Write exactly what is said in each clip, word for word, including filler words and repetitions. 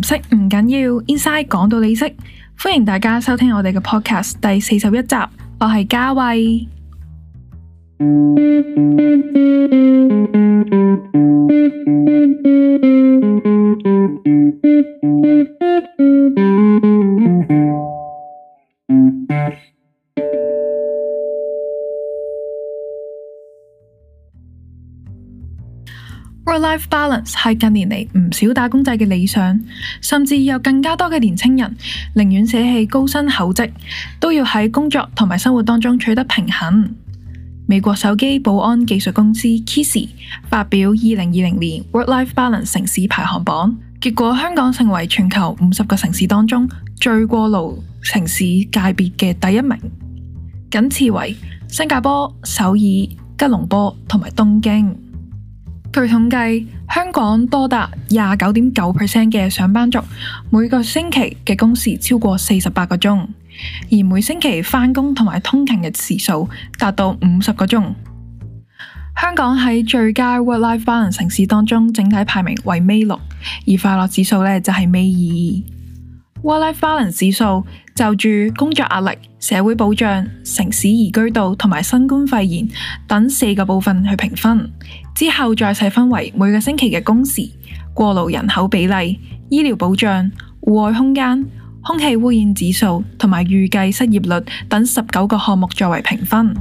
識唔緊要 ，Inside 講到你識。歡迎大家收聽我哋嘅 podcast 第四十一集，我係嘉慧。Work-life balance 係近年嚟唔少打工仔嘅理想，甚至有更加多嘅年輕人寧願捨棄高薪厚職，都要喺工作同埋生活當中取得平衡。美國手機保安技術公司 Kisi 發表二零二零年 Work-life balance 城市排行榜，結果香港成為全球五十個城市當中最過勞城市界別嘅第一名，僅次為新加坡、首爾、吉隆坡同埋東京。據統計，香港多達廿九點九 percent 嘅上班族每個星期嘅工時超過四十八個鐘，而每星期返工同埋通勤嘅時數達到五十個鐘。香港喺最佳 work-life balance 城市當中，整體排名為尾六，而快樂指數呢就係尾二。work-life balance 指數就住工作壓力、社會保障、城市宜居度同埋新冠肺炎等四個部分去評分，之後再細分為每個星期嘅工時、過勞人口比例、醫療保障、戶外空間、空氣污染指數同埋預計失業率等十九個項目作為評分。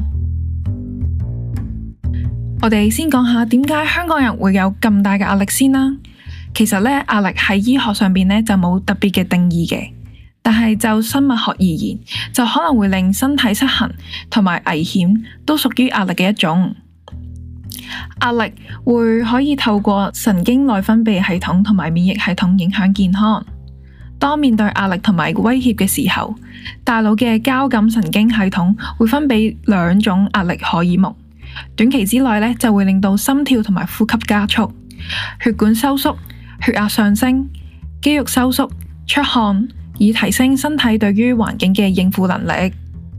我哋先講下點解香港人會有咁大嘅壓力先啦。其實呢，壓力喺醫學上邊呢就冇特別嘅定義嘅，但係就生物學而言，就可能會令身體失衡同埋危險都屬於壓力嘅一種。壓力會可以透過神經內分泌系統同埋免疫系統影響健康。當面對壓力同埋威脅嘅時候，大腦嘅交感神經系統會分泌兩種壓力荷爾蒙，短期之內呢就會令到心跳同埋呼吸加速，血管收縮，血壓上升，肌肉收縮，出汗，以提升身體對於環境嘅應付能力。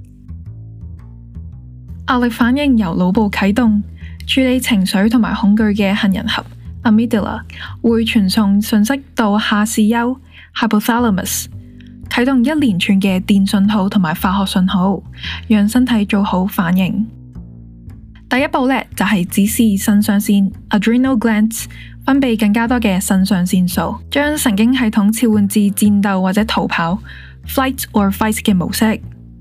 壓力反應由腦部啟動，處理情緒同埋恐懼嘅杏仁核 amygdala 會傳送訊息到下視丘 hypothalamus， 啟動一連串嘅電訊號同埋化學訊號，讓身體做好反應。第一步呢，就係指示腎上腺 adrenal glands 分泌更加多嘅腎上腺素，將神經系統切換至戰鬥或者逃跑 flight or fight 嘅模式。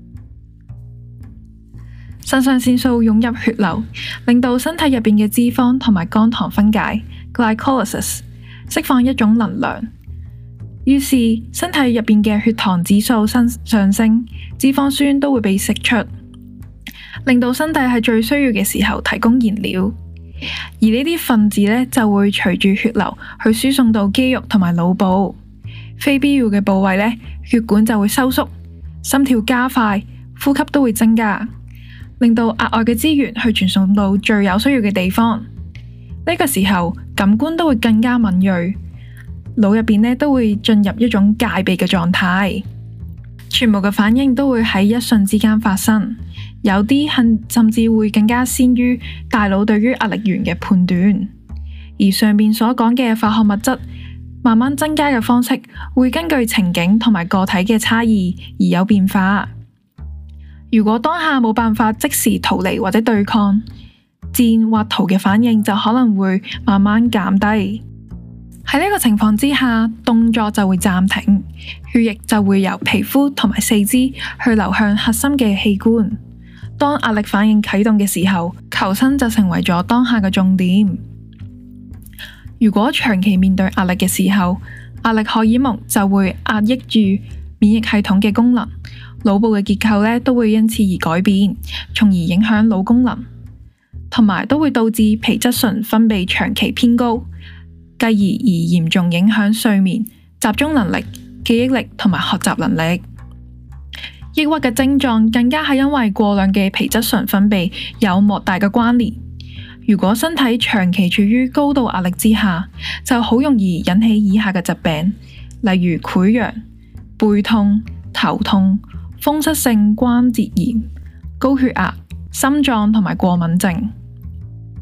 腎上腺素湧入血流，令到身體入邊嘅脂肪同埋肝糖分解 glycolysis， 釋放一種能量。於是身體入邊嘅血糖指數上升，脂肪酸都會被釋出，令到身體喺最需要嘅時候提供燃料。而呢啲分子呢，就會隨住血流去輸送到肌肉同埋腦部，非必要嘅部位呢，血管就會收縮，心跳加快，呼吸都會增加，令到額外嘅資源去傳送到最有需要嘅地方。呢個時候感官都會更加敏銳，腦入邊呢都會進入一種戒備嘅狀態，全部嘅反應都會喺一瞬之間發生。有啲甚至會更加先於大腦對於壓力源嘅判斷。而上面所講嘅化學物質慢慢增加嘅方式，會根據情景同埋個體嘅差異而有變化。如果當下冇辦法即時逃離或者對抗，戰或逃嘅反應就可能會慢慢減低。喺呢個情況之下，動作就會暫停，血液就會由皮膚同埋四肢去流向核心嘅器官。當壓力反應啟動嘅時候，求生就成為咗當下嘅重點。如果長期面對壓力嘅時候，壓力荷爾蒙就會壓抑住免疫系統嘅功能，腦部嘅結構呢都會因此而改變，從而影響腦功能，同埋都會導致皮質醇分泌長期偏高，繼而而嚴重影響睡眠、集中能力、記憶力同埋學習能力。抑鬱嘅症狀更加係因為過量嘅皮質醇分泌有莫大嘅關聯。如果身體長期處於高度壓力之下，就好容易引起以下嘅疾病，例如潰瘍、背痛、頭痛、風濕性關節炎、高血壓、心臟同埋過敏症。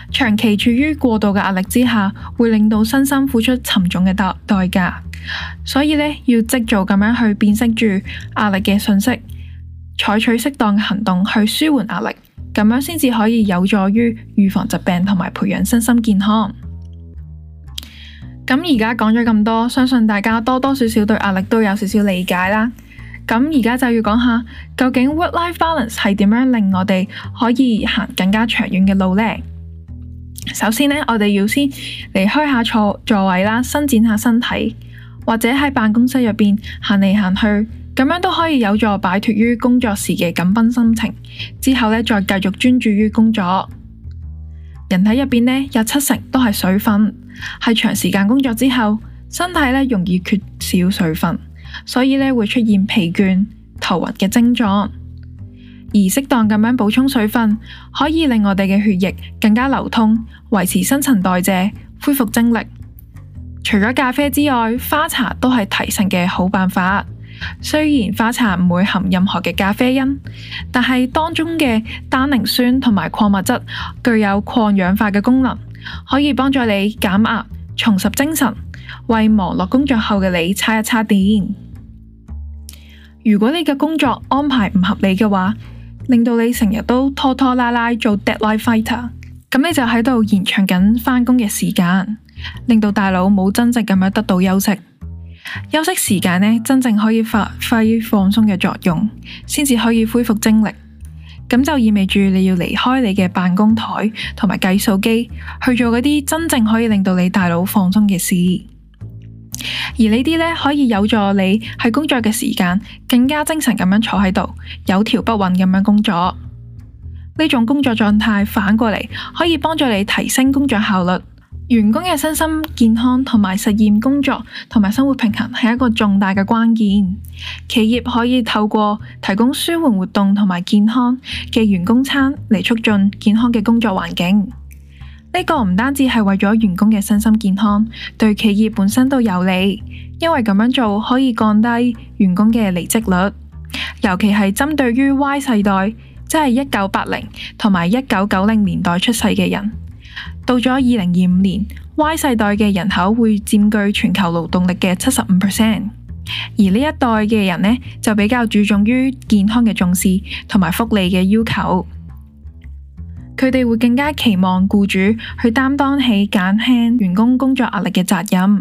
長期處於過度嘅壓力之下，會令到身心付出沉重嘅代代價。所以呢，要即早咁樣去辨識住壓力嘅訊息，採取適當嘅行動去舒緩壓力，咁樣先至可以有助於預防疾病同埋培養身心健康。咁而家講咗咁多，相信大家多多少少對壓力都有少少理解啦。咁而家就要講下，究竟 work-life balance 係點樣令我哋可以行更加長遠嘅路呢？首先呢，我哋要先離開下坐座位啦，伸展下身體，或者喺辦公室入邊行嚟行去，咁樣都可以有助擺脫於工作時嘅緊繃心情。之後呢，再繼續專注於工作。人體入邊呢，有七成都係水分，係長時間工作之後，身體呢容易缺少水分，所以呢會出現疲倦、頭暈嘅症狀。而適當咁樣補充水分，可以令我哋嘅血液更加流通，維持新陳代謝，恢復精力。除咗咖啡之外，花茶都係提神嘅好辦法。雖然花茶唔會含任何嘅咖啡因，但係當中嘅單寧酸同埋礦物質具有抗氧化嘅功能，可以幫助你減壓、重拾精神，為忙碌工作後嘅你叉一叉電。如果你嘅工作安排唔合理嘅話，令到你成日都拖拖拉拉做 deadline fighter， 咁你就喺度延長緊返工嘅時間，令到大腦冇真正咁樣得到休息。休息時間呢，真正可以發揮放鬆嘅作用，先至可以恢復精力。咁就意味住你要離開你嘅辦公台同埋計數機，去做嗰啲真正可以令到你大腦放鬆嘅事。而呢啲呢，可以有助你喺工作嘅時間更加精神咁樣坐喺度，有條不紊咁樣工作。呢種工作狀態反過嚟，可以幫助你提升工作效率。員工嘅身心健康同埋實現工作同埋生活平衡係一個重大嘅關鍵。企業可以透過提供舒緩活動同埋健康嘅員工餐嚟促進健康嘅工作環境。呢個唔單止係為咗員工嘅身心健康，對企業本身都有利，因為咁樣做可以降低員工嘅離職率，尤其係針對於 Y 世代，即係一九八零同埋一九九零年代出世嘅人。到咗二零二五年 ，Y 世代嘅人口會佔據全球勞動力嘅七十五 percent， 而呢一代嘅人呢，就比較注重於健康嘅重視同埋福利嘅要求。佢哋會更加期望僱主去擔當起減輕員工工作壓力嘅責任。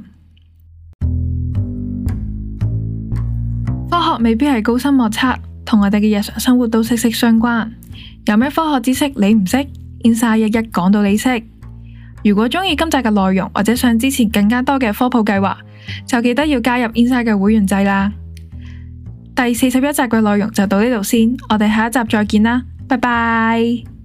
科學未必係高深莫測，同我哋嘅日常生活都息息相關。有咩科學知識你唔識？Inside 一一講到你識。如果中意今集嘅內容，或者想支持更加多嘅科普計劃，就記得要加入 Inside 嘅會員制啦。第四十一集嘅內容就到呢度先，我哋下一集再見啦，拜拜。